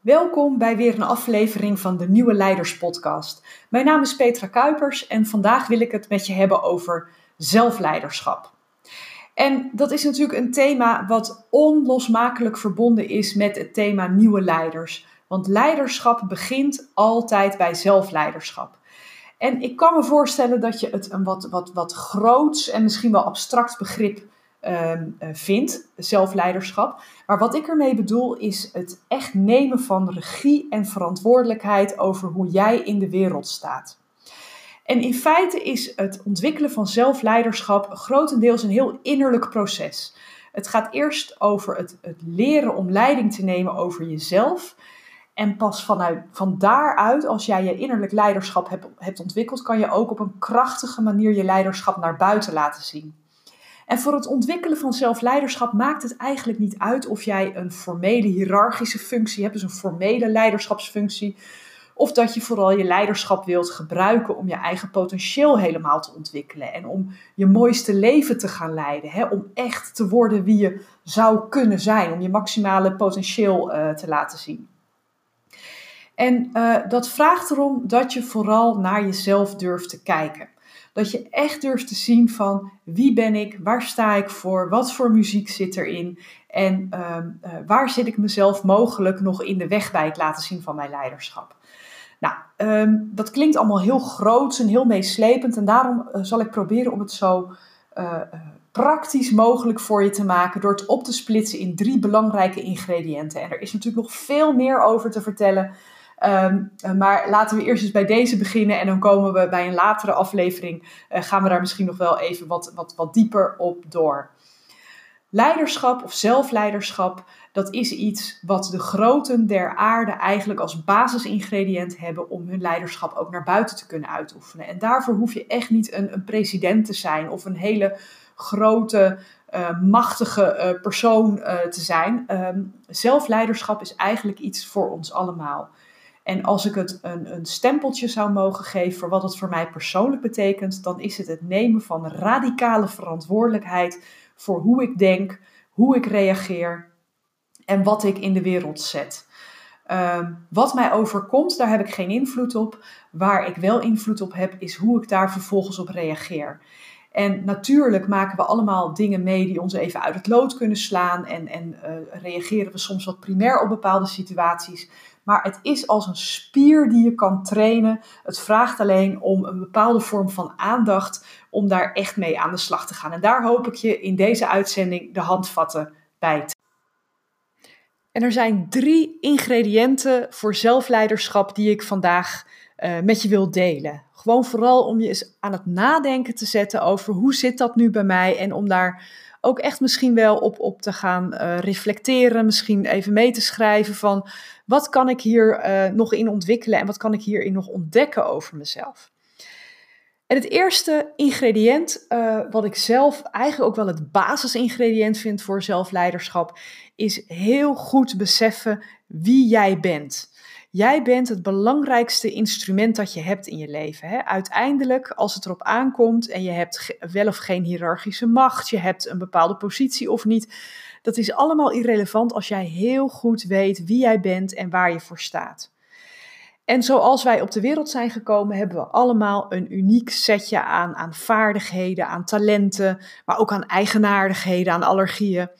Welkom bij weer een aflevering van de Nieuwe Leiders Podcast. Mijn naam is Petra Kuipers en vandaag wil ik het met je hebben over zelfleiderschap. En dat is natuurlijk een thema wat onlosmakelijk verbonden is met het thema nieuwe leiders. Want leiderschap begint altijd bij zelfleiderschap. En ik kan me voorstellen dat je het een wat groots en misschien wel abstract begrip vindt, zelfleiderschap. Maar wat ik ermee bedoel is het echt nemen van regie en verantwoordelijkheid over hoe jij in de wereld staat. En in feite is het ontwikkelen van zelfleiderschap grotendeels een heel innerlijk proces. Het gaat eerst over het leren om leiding te nemen over jezelf. En pas van daaruit, als jij je innerlijk leiderschap hebt ontwikkeld, kan je ook op een krachtige manier je leiderschap naar buiten laten zien. En voor het ontwikkelen van zelfleiderschap maakt het eigenlijk niet uit of jij een formele hiërarchische functie hebt, dus een formele leiderschapsfunctie, of dat je vooral je leiderschap wilt gebruiken om je eigen potentieel helemaal te ontwikkelen en om je mooiste leven te gaan leiden, om echt te worden wie je zou kunnen zijn, om je maximale potentieel te laten zien. En dat vraagt erom dat je vooral naar jezelf durft te kijken. Dat je echt durft te zien van wie ben ik, waar sta ik voor, wat voor muziek zit erin en waar zit ik mezelf mogelijk nog in de weg bij het laten zien van mijn leiderschap. Nou, dat klinkt allemaal heel groot en heel meeslepend en daarom zal ik proberen om het zo praktisch mogelijk voor je te maken door het op te splitsen in 3 belangrijke ingrediënten. En er is natuurlijk nog veel meer over te vertellen. Maar laten we eerst eens bij deze beginnen en dan komen we bij een latere aflevering, gaan we daar misschien nog wel even wat dieper op door. Leiderschap of zelfleiderschap, dat is iets wat de groten der aarde eigenlijk als basisingrediënt hebben om hun leiderschap ook naar buiten te kunnen uitoefenen. En daarvoor hoef je echt niet een president te zijn of een hele grote, machtige persoon te zijn. Zelfleiderschap is eigenlijk iets voor ons allemaal. En als ik het een stempeltje zou mogen geven voor wat het voor mij persoonlijk betekent, dan is het nemen van radicale verantwoordelijkheid voor hoe ik denk, hoe ik reageer en wat ik in de wereld zet. Wat mij overkomt, daar heb ik geen invloed op. Waar ik wel invloed op heb, is hoe ik daar vervolgens op reageer. En natuurlijk maken we allemaal dingen mee die ons even uit het lood kunnen slaan en reageren we soms wat primair op bepaalde situaties. Maar het is als een spier die je kan trainen. Het vraagt alleen om een bepaalde vorm van aandacht om daar echt mee aan de slag te gaan. En daar hoop ik je in deze uitzending de handvatten bij te. En er zijn 3 ingrediënten voor zelfleiderschap die ik vandaag met je wil delen. Gewoon vooral om je eens aan het nadenken te zetten over hoe zit dat nu bij mij en om daar ook echt misschien wel op te gaan reflecteren, misschien even mee te schrijven van wat kan ik hier nog in ontwikkelen en wat kan ik hierin nog ontdekken over mezelf. En het eerste ingrediënt, wat ik zelf eigenlijk ook wel het basisingrediënt vind voor zelfleiderschap, is heel goed beseffen wie jij bent. Jij bent het belangrijkste instrument dat je hebt in je leven. Hè? Uiteindelijk, als het erop aankomt en je hebt wel of geen hiërarchische macht, je hebt een bepaalde positie of niet, dat is allemaal irrelevant als jij heel goed weet wie jij bent en waar je voor staat. En zoals wij op de wereld zijn gekomen, hebben we allemaal een uniek setje aan vaardigheden, aan talenten, maar ook aan eigenaardigheden, aan allergieën.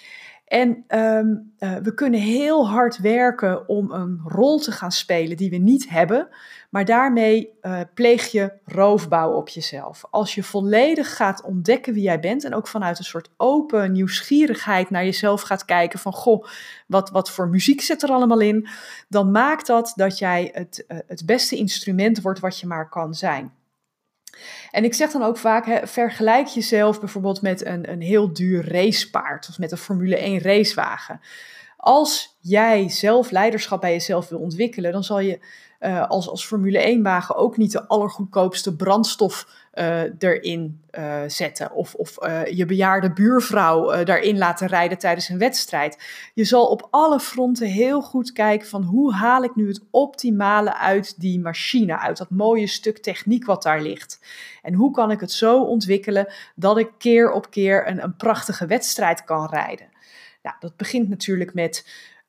En we kunnen heel hard werken om een rol te gaan spelen die we niet hebben, maar daarmee pleeg je roofbouw op jezelf. Als je volledig gaat ontdekken wie jij bent en ook vanuit een soort open nieuwsgierigheid naar jezelf gaat kijken van goh, wat voor muziek zit er allemaal in, dan maakt dat jij het beste instrument wordt wat je maar kan zijn. En ik zeg dan ook vaak, vergelijk jezelf bijvoorbeeld met een heel duur racepaard of met een Formule 1 racewagen. Als jij zelf leiderschap bij jezelf wil ontwikkelen, dan zal je als Formule 1-wagen ook niet de allergoedkoopste brandstof erin zetten. Of je bejaarde buurvrouw daarin laten rijden tijdens een wedstrijd. Je zal op alle fronten heel goed kijken van hoe haal ik nu het optimale uit die machine, uit dat mooie stuk techniek wat daar ligt. En hoe kan ik het zo ontwikkelen dat ik keer op keer een prachtige wedstrijd kan rijden. Nou, dat begint natuurlijk met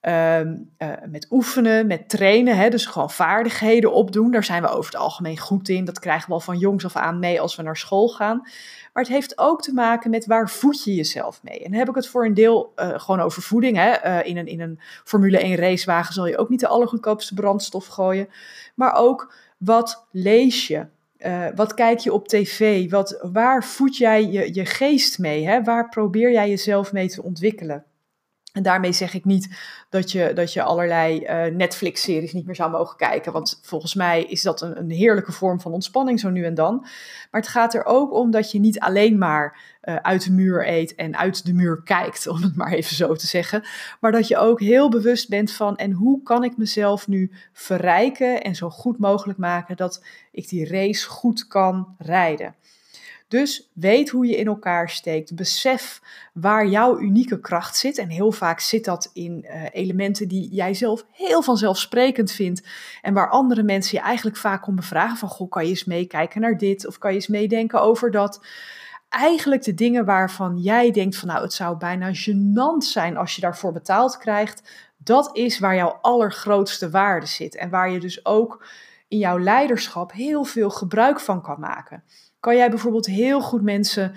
met oefenen, met trainen. Hè, dus gewoon vaardigheden opdoen. Daar zijn we over het algemeen goed in. Dat krijgen we al van jongs af aan mee als we naar school gaan. Maar het heeft ook te maken met waar voed je jezelf mee. En dan heb ik het voor een deel gewoon over voeding. Hè. In een Formule 1 racewagen zal je ook niet de allergoedkoopste brandstof gooien. Maar ook, wat lees je? Wat kijk je op tv? Waar voed jij je geest mee? Hè? Waar probeer jij jezelf mee te ontwikkelen? En daarmee zeg ik niet dat je allerlei Netflix-series niet meer zou mogen kijken. Want volgens mij is dat een heerlijke vorm van ontspanning zo nu en dan. Maar het gaat er ook om dat je niet alleen maar uit de muur eet en uit de muur kijkt, om het maar even zo te zeggen. Maar dat je ook heel bewust bent van, en hoe kan ik mezelf nu verrijken en zo goed mogelijk maken dat ik die race goed kan rijden. Dus weet hoe je in elkaar steekt. Besef waar jouw unieke kracht zit. En heel vaak zit dat in elementen die jij zelf heel vanzelfsprekend vindt. En waar andere mensen je eigenlijk vaak om bevragen van, goh, kan je eens meekijken naar dit? Of kan je eens meedenken over dat? Eigenlijk de dingen waarvan jij denkt van, nou, het zou bijna gênant zijn als je daarvoor betaald krijgt. Dat is waar jouw allergrootste waarde zit. En waar je dus ook in jouw leiderschap heel veel gebruik van kan maken. Kan jij bijvoorbeeld heel goed mensen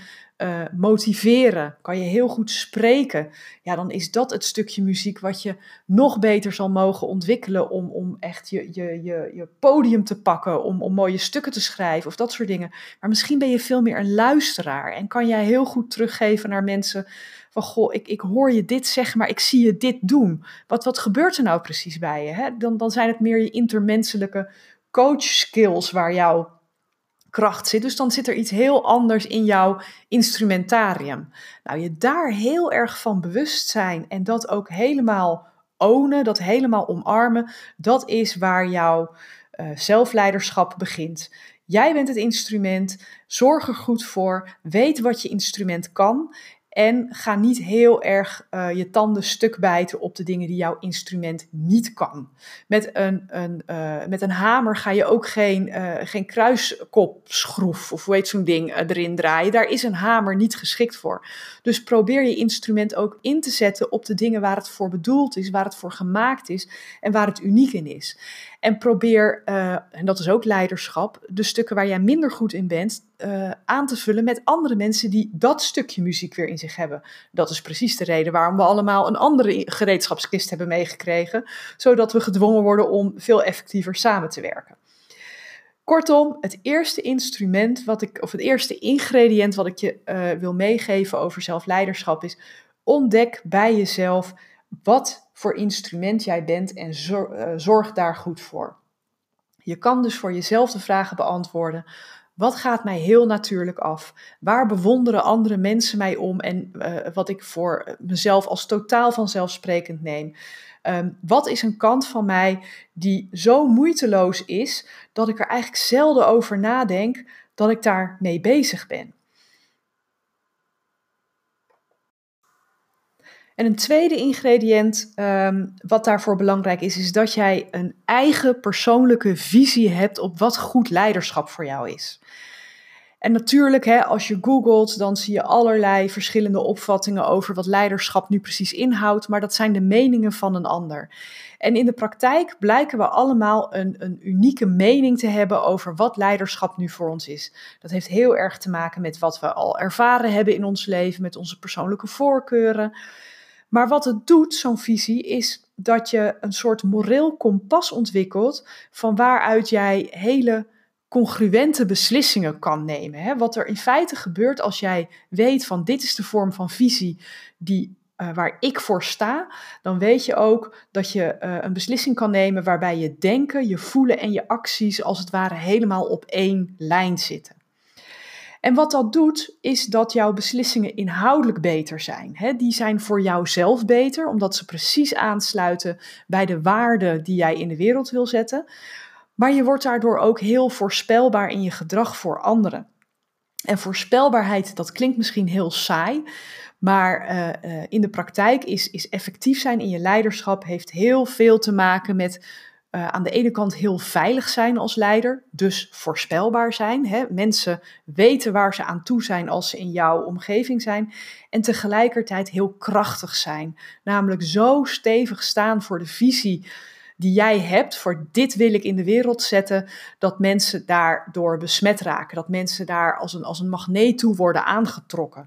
motiveren? Kan je heel goed spreken? Ja, dan is dat het stukje muziek wat je nog beter zal mogen ontwikkelen om echt je podium te pakken, om mooie stukken te schrijven of dat soort dingen. Maar misschien ben je veel meer een luisteraar en kan jij heel goed teruggeven naar mensen van, goh, ik hoor je dit zeggen, maar ik zie je dit doen. Wat gebeurt er nou precies bij je? Hè? Dan zijn het meer je intermenselijke coach skills waar jouw kracht zit. Dus dan zit er iets heel anders in jouw instrumentarium. Nou, je daar heel erg van bewust zijn en dat ook helemaal ownen, dat helemaal omarmen, dat is waar jouw zelfleiderschap begint. Jij bent het instrument, zorg er goed voor, weet wat je instrument kan en ga niet heel erg je tanden stuk bijten op de dingen die jouw instrument niet kan. Met een hamer ga je ook geen kruiskopschroef of hoe heet zo'n ding erin draaien. Daar is een hamer niet geschikt voor. Dus probeer je instrument ook in te zetten op de dingen waar het voor bedoeld is, waar het voor gemaakt is en waar het uniek in is. En probeer, en dat is ook leiderschap, de stukken waar jij minder goed in bent, aan te vullen met andere mensen die dat stukje muziek weer in zich hebben. Dat is precies de reden waarom we allemaal een andere gereedschapskist hebben meegekregen, zodat we gedwongen worden om veel effectiever samen te werken. Kortom, het eerste het eerste ingrediënt wat ik je wil meegeven over zelfleiderschap is: ontdek bij jezelf wat voor instrument jij bent en zorg daar goed voor. Je kan dus voor jezelf de vragen beantwoorden: wat gaat mij heel natuurlijk af? Waar bewonderen andere mensen mij om en wat ik voor mezelf als totaal vanzelfsprekend neem? Wat is een kant van mij die zo moeiteloos is dat ik er eigenlijk zelden over nadenk dat ik daar mee bezig ben? En een tweede ingrediënt wat daarvoor belangrijk is dat jij een eigen persoonlijke visie hebt op wat goed leiderschap voor jou is. En natuurlijk, als je googelt, dan zie je allerlei verschillende opvattingen over wat leiderschap nu precies inhoudt, maar dat zijn de meningen van een ander. En in de praktijk blijken we allemaal een unieke mening te hebben over wat leiderschap nu voor ons is. Dat heeft heel erg te maken met wat we al ervaren hebben in ons leven, met onze persoonlijke voorkeuren. Maar wat het doet, zo'n visie, is dat je een soort moreel kompas ontwikkelt van waaruit jij hele congruente beslissingen kan nemen. Hè? Wat er in feite gebeurt als jij weet van dit is de vorm van visie waar ik voor sta, dan weet je ook dat je een beslissing kan nemen waarbij je denken, je voelen en je acties als het ware helemaal op één lijn zitten. En wat dat doet, is dat jouw beslissingen inhoudelijk beter zijn. Die zijn voor jouzelf beter, omdat ze precies aansluiten bij de waarden die jij in de wereld wil zetten. Maar je wordt daardoor ook heel voorspelbaar in je gedrag voor anderen. En voorspelbaarheid, dat klinkt misschien heel saai, maar in de praktijk is effectief zijn in je leiderschap heeft heel veel te maken met aan de ene kant heel veilig zijn als leider, dus voorspelbaar zijn. Hè? Mensen weten waar ze aan toe zijn als ze in jouw omgeving zijn. En tegelijkertijd heel krachtig zijn. Namelijk zo stevig staan voor de visie die jij hebt, voor dit wil ik in de wereld zetten, dat mensen daardoor besmet raken. Dat mensen daar als een magneet toe worden aangetrokken.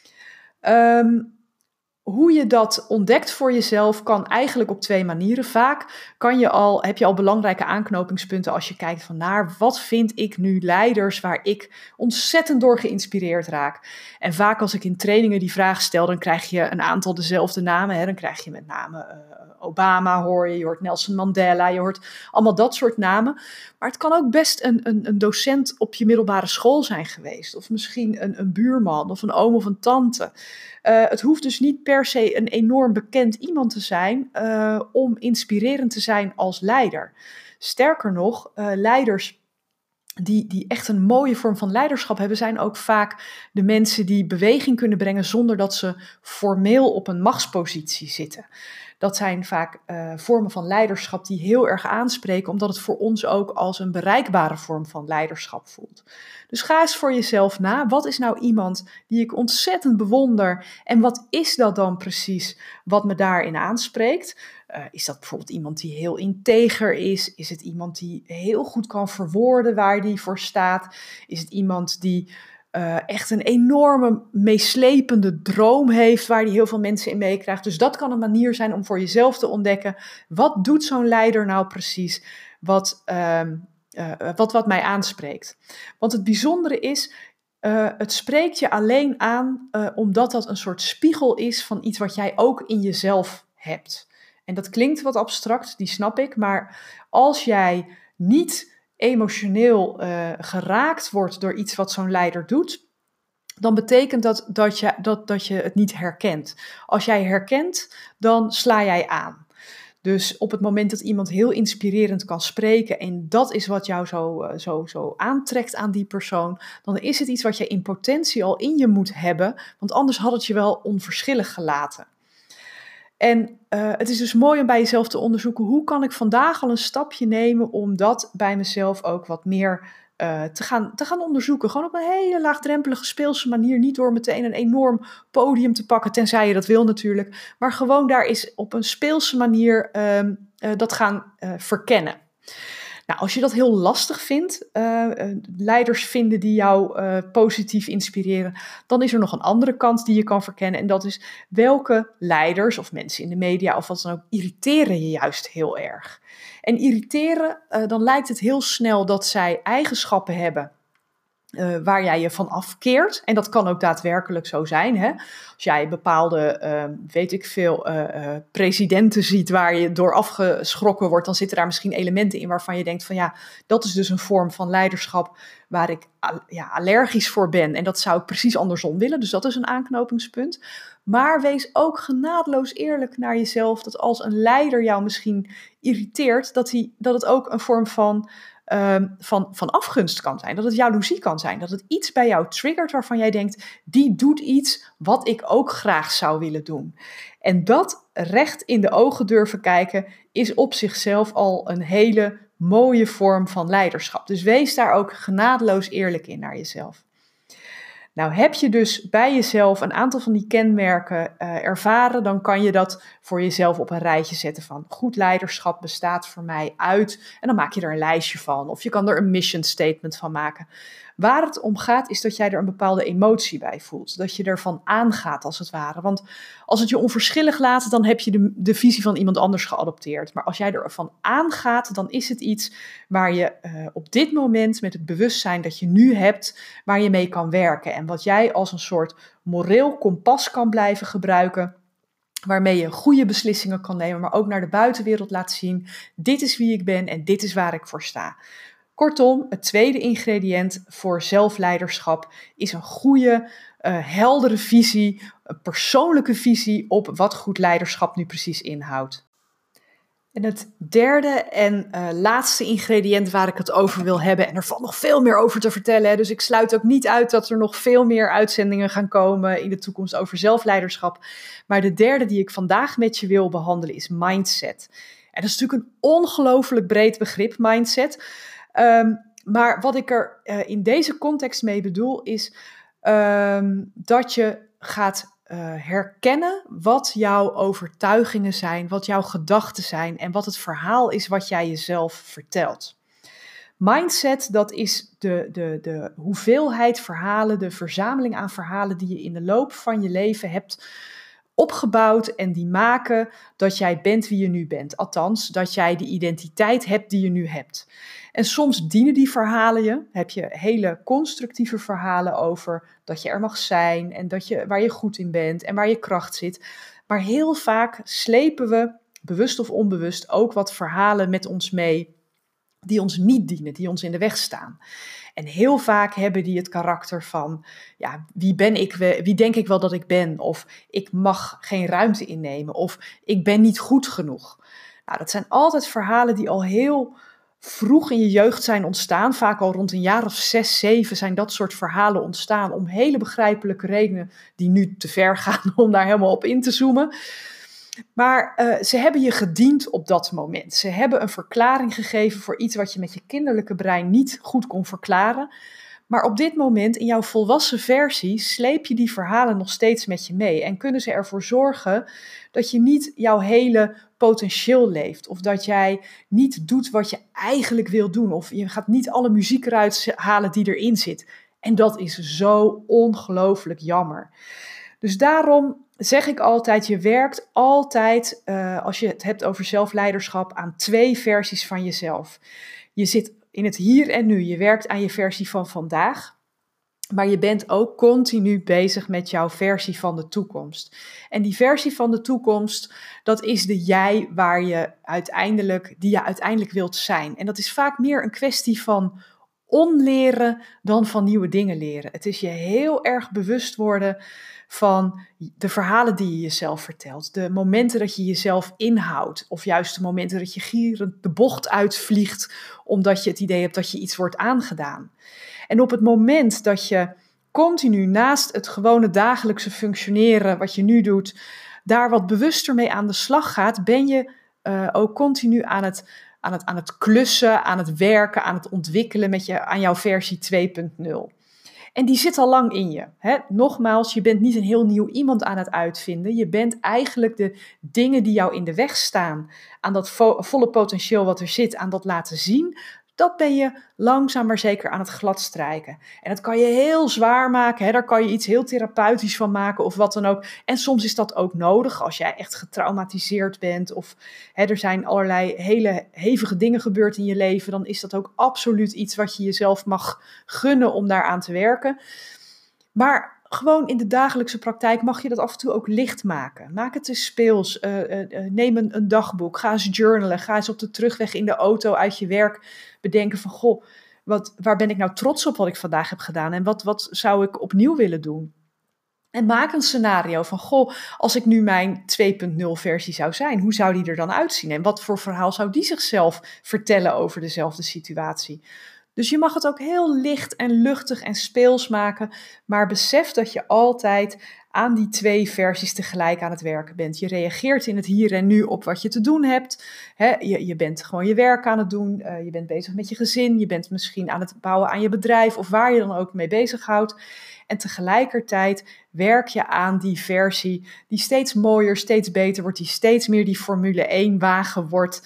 Hoe je dat ontdekt voor jezelf kan eigenlijk op 2 manieren. Vaak heb je al belangrijke aanknopingspunten als je kijkt van naar wat vind ik nu leiders waar ik ontzettend door geïnspireerd raak. En vaak als ik in trainingen die vraag stel, dan krijg je een aantal dezelfde namen. Hè. Dan krijg je met name Obama hoor je hoort Nelson Mandela, je hoort allemaal dat soort namen. Maar het kan ook best een docent op je middelbare school zijn geweest. Of misschien een buurman of een oom of een tante. Het hoeft dus niet per se een enorm bekend iemand te zijn om inspirerend te zijn als leider. Sterker nog, leiders die echt een mooie vorm van leiderschap hebben, zijn ook vaak de mensen die beweging kunnen brengen zonder dat ze formeel op een machtspositie zitten. Dat zijn vaak vormen van leiderschap die heel erg aanspreken, omdat het voor ons ook als een bereikbare vorm van leiderschap voelt. Dus ga eens voor jezelf na, wat is nou iemand die ik ontzettend bewonder en wat is dat dan precies wat me daarin aanspreekt? Is dat bijvoorbeeld iemand die heel integer is? Is het iemand die heel goed kan verwoorden waar die voor staat? Is het iemand die echt een enorme meeslepende droom heeft waar die heel veel mensen in meekrijgt? Dus dat kan een manier zijn om voor jezelf te ontdekken, wat doet zo'n leider nou precies wat mij aanspreekt? Want het bijzondere is, het spreekt je alleen aan omdat dat een soort spiegel is van iets wat jij ook in jezelf hebt. En dat klinkt wat abstract, die snap ik, maar als jij niet emotioneel geraakt wordt door iets wat zo'n leider doet, dan betekent dat je het niet herkent. Als jij herkent, dan sla jij aan. Dus op het moment dat iemand heel inspirerend kan spreken en dat is wat jou zo aantrekt aan die persoon, dan is het iets wat je in potentie al in je moet hebben, want anders had het je wel onverschillig gelaten. En het is dus mooi om bij jezelf te onderzoeken, hoe kan ik vandaag al een stapje nemen om dat bij mezelf ook wat meer te gaan onderzoeken. Gewoon op een hele laagdrempelige, speelse manier. Niet door meteen een enorm podium te pakken, tenzij je dat wil natuurlijk. Maar gewoon daar is op een speelse manier dat gaan verkennen. Nou, als je dat heel lastig vindt, leiders vinden die jou positief inspireren, dan is er nog een andere kant die je kan verkennen. En dat is welke leiders of mensen in de media of wat dan ook irriteren je juist heel erg. En irriteren, dan lijkt het heel snel dat zij eigenschappen hebben waar jij je van afkeert. En dat kan ook daadwerkelijk zo zijn. Hè? Als jij bepaalde, presidenten ziet waar je door afgeschrokken wordt, dan zitten daar misschien elementen in waarvan je denkt van ja, dat is dus een vorm van leiderschap waar ik allergisch voor ben. En dat zou ik precies andersom willen. Dus dat is een aanknopingspunt. Maar wees ook genadeloos eerlijk naar jezelf, dat als een leider jou misschien irriteert, dat het ook een vorm van afgunst kan zijn, dat het jaloezie kan zijn, dat het iets bij jou triggert waarvan jij denkt, die doet iets wat ik ook graag zou willen doen. En dat recht in de ogen durven kijken is op zichzelf al een hele mooie vorm van leiderschap. Dus wees daar ook genadeloos eerlijk in naar jezelf. Nou, heb je dus bij jezelf een aantal van die kenmerken ervaren, dan kan je dat voor jezelf op een rijtje zetten van goed leiderschap bestaat voor mij uit. En dan maak je er een lijstje van of je kan er een mission statement van maken. Waar het om gaat is dat jij er een bepaalde emotie bij voelt. Dat je ervan aangaat als het ware. Want als het je onverschillig laat, dan heb je de visie van iemand anders geadopteerd. Maar als jij ervan aangaat, dan is het iets waar je op dit moment met het bewustzijn dat je nu hebt, waar je mee kan werken. En wat jij als een soort moreel kompas kan blijven gebruiken, waarmee je goede beslissingen kan nemen, maar ook naar de buitenwereld laat zien, dit is wie ik ben en dit is waar ik voor sta. Kortom, het tweede ingrediënt voor zelfleiderschap is een goede, heldere visie, een persoonlijke visie op wat goed leiderschap nu precies inhoudt. En het derde en laatste ingrediënt waar ik het over wil hebben, en er valt nog veel meer over te vertellen, hè, dus ik sluit ook niet uit dat er nog veel meer uitzendingen gaan komen in de toekomst over zelfleiderschap. Maar de derde die ik vandaag met je wil behandelen is mindset. En dat is natuurlijk een ongelooflijk breed begrip, mindset. Maar wat ik er in deze context mee bedoel is dat je gaat herkennen wat jouw overtuigingen zijn, wat jouw gedachten zijn en wat het verhaal is wat jij jezelf vertelt. Mindset, dat is de hoeveelheid verhalen, de verzameling aan verhalen die je in de loop van je leven hebt opgebouwd en die maken dat jij bent wie je nu bent. Althans, dat jij de identiteit hebt die je nu hebt. En soms dienen die verhalen je. Heb je hele constructieve verhalen over dat je er mag zijn en waar je goed in bent en waar je kracht zit. Maar heel vaak slepen we, bewust of onbewust, ook wat verhalen met ons mee die ons niet dienen, die ons in de weg staan. En heel vaak hebben die het karakter van, ja, wie ben ik, wie denk ik wel dat ik ben? Of ik mag geen ruimte innemen, of ik ben niet goed genoeg. Nou, dat zijn altijd verhalen die al heel vroeg in je jeugd zijn ontstaan. Vaak al rond een jaar of 6, 7 zijn dat soort verhalen ontstaan om hele begrijpelijke redenen die nu te ver gaan om daar helemaal op in te zoomen. Maar ze hebben je gediend op dat moment. Ze hebben een verklaring gegeven voor iets wat je met je kinderlijke brein niet goed kon verklaren. Maar op dit moment, in jouw volwassen versie, sleep je die verhalen nog steeds met je mee. En kunnen ze ervoor zorgen dat je niet jouw hele potentieel leeft. Of dat jij niet doet wat je eigenlijk wil doen. Of je gaat niet alle muziek eruit halen die erin zit. En dat is zo ongelooflijk jammer. Dus daarom zeg ik altijd, je werkt altijd, als je het hebt over zelfleiderschap, aan 2 versies van jezelf. Je zit in het hier en nu, je werkt aan je versie van vandaag, maar je bent ook continu bezig met jouw versie van de toekomst. En die versie van de toekomst, dat is de jij die je uiteindelijk wilt zijn. En dat is vaak meer een kwestie van onleren dan van nieuwe dingen leren. Het is je heel erg bewust worden van de verhalen die je jezelf vertelt. De momenten dat je jezelf inhoudt. Of juist de momenten dat je gierend de bocht uitvliegt omdat je het idee hebt dat je iets wordt aangedaan. En op het moment dat je continu naast het gewone dagelijkse functioneren wat je nu doet, daar wat bewuster mee aan de slag gaat, ben je ook continu aan het klussen, aan het werken, aan het ontwikkelen aan jouw versie 2.0. En die zit al lang in je. Hè? Nogmaals, je bent niet een heel nieuw iemand aan het uitvinden. Je bent eigenlijk de dingen die jou in de weg staan aan dat volle potentieel wat er zit, aan dat laten zien. Dat ben je langzaam maar zeker aan het gladstrijken. En dat kan je heel zwaar maken. Hè? Daar kan je iets heel therapeutisch van maken of wat dan ook. En soms is dat ook nodig als jij echt getraumatiseerd bent. Of er zijn allerlei hele hevige dingen gebeurd in je leven. Dan is dat ook absoluut iets wat je jezelf mag gunnen om daaraan te werken. Maar gewoon in de dagelijkse praktijk mag je dat af en toe ook licht maken. Maak het eens speels. Neem een dagboek. Ga eens journalen. Ga eens op de terugweg in de auto uit je werk bedenken van, goh, waar ben ik nou trots op wat ik vandaag heb gedaan? En wat zou ik opnieuw willen doen? En maak een scenario van, goh, als ik nu mijn 2.0 versie zou zijn, hoe zou die er dan uitzien? En wat voor verhaal zou die zichzelf vertellen over dezelfde situatie? Dus je mag het ook heel licht en luchtig en speels maken, maar besef dat je altijd aan die 2 versies tegelijk aan het werken bent. Je reageert in het hier en nu op wat je te doen hebt. Je bent gewoon je werk aan het doen, je bent bezig met je gezin, je bent misschien aan het bouwen aan je bedrijf of waar je dan ook mee bezighoudt. En tegelijkertijd werk je aan die versie die steeds mooier, steeds beter wordt, die steeds meer die Formule 1 wagen wordt,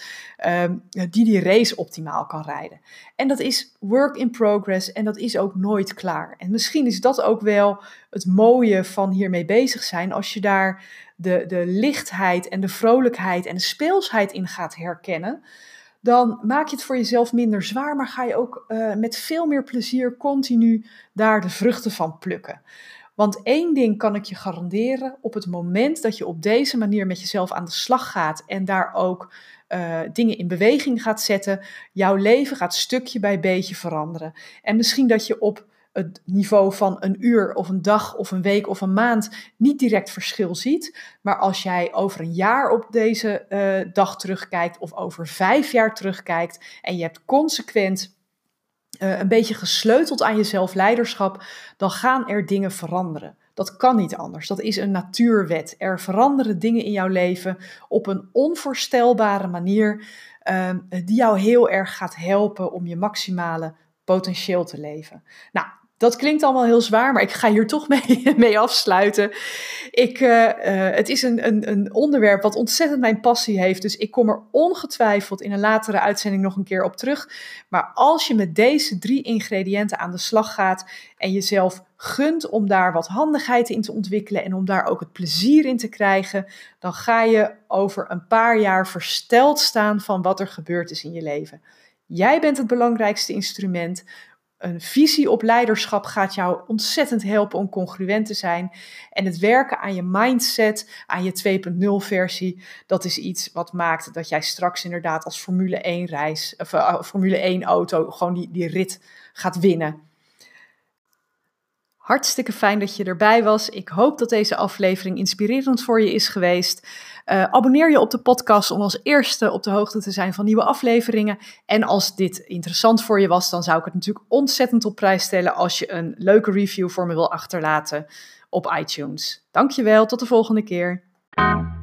die race optimaal kan rijden. En dat is work in progress en dat is ook nooit klaar. En misschien is dat ook wel het mooie van hiermee bezig zijn, als je daar de lichtheid en de vrolijkheid en de speelsheid in gaat herkennen. Dan maak je het voor jezelf minder zwaar, maar ga je ook met veel meer plezier continu daar de vruchten van plukken. Want 1 ding kan ik je garanderen, op het moment dat je op deze manier met jezelf aan de slag gaat en daar ook dingen in beweging gaat zetten, jouw leven gaat stukje bij beetje veranderen. En misschien dat je op het niveau van een uur of een dag of een week of een maand niet direct verschil ziet. Maar als jij over een jaar op deze dag terugkijkt of over 5 jaar terugkijkt en je hebt consequent een beetje gesleuteld aan je zelfleiderschap, dan gaan er dingen veranderen. Dat kan niet anders. Dat is een natuurwet. Er veranderen dingen in jouw leven op een onvoorstelbare manier die jou heel erg gaat helpen om je maximale potentieel te leven. Nou, dat klinkt allemaal heel zwaar, maar ik ga hier toch mee afsluiten. Het is een onderwerp wat ontzettend mijn passie heeft, dus ik kom er ongetwijfeld in een latere uitzending nog een keer op terug. Maar als je met deze 3 ingrediënten aan de slag gaat en jezelf gunt om daar wat handigheid in te ontwikkelen en om daar ook het plezier in te krijgen, dan ga je over een paar jaar versteld staan van wat er gebeurd is in je leven. Jij bent het belangrijkste instrument. Een visie op leiderschap gaat jou ontzettend helpen om congruent te zijn. En het werken aan je mindset, aan je 2.0 versie, dat is iets wat maakt dat jij straks inderdaad als Formule 1 auto gewoon die rit gaat winnen. Hartstikke fijn dat je erbij was. Ik hoop dat deze aflevering inspirerend voor je is geweest. Abonneer je op de podcast om als eerste op de hoogte te zijn van nieuwe afleveringen. En als dit interessant voor je was, dan zou ik het natuurlijk ontzettend op prijs stellen als je een leuke review voor me wil achterlaten op iTunes. Dankjewel, tot de volgende keer.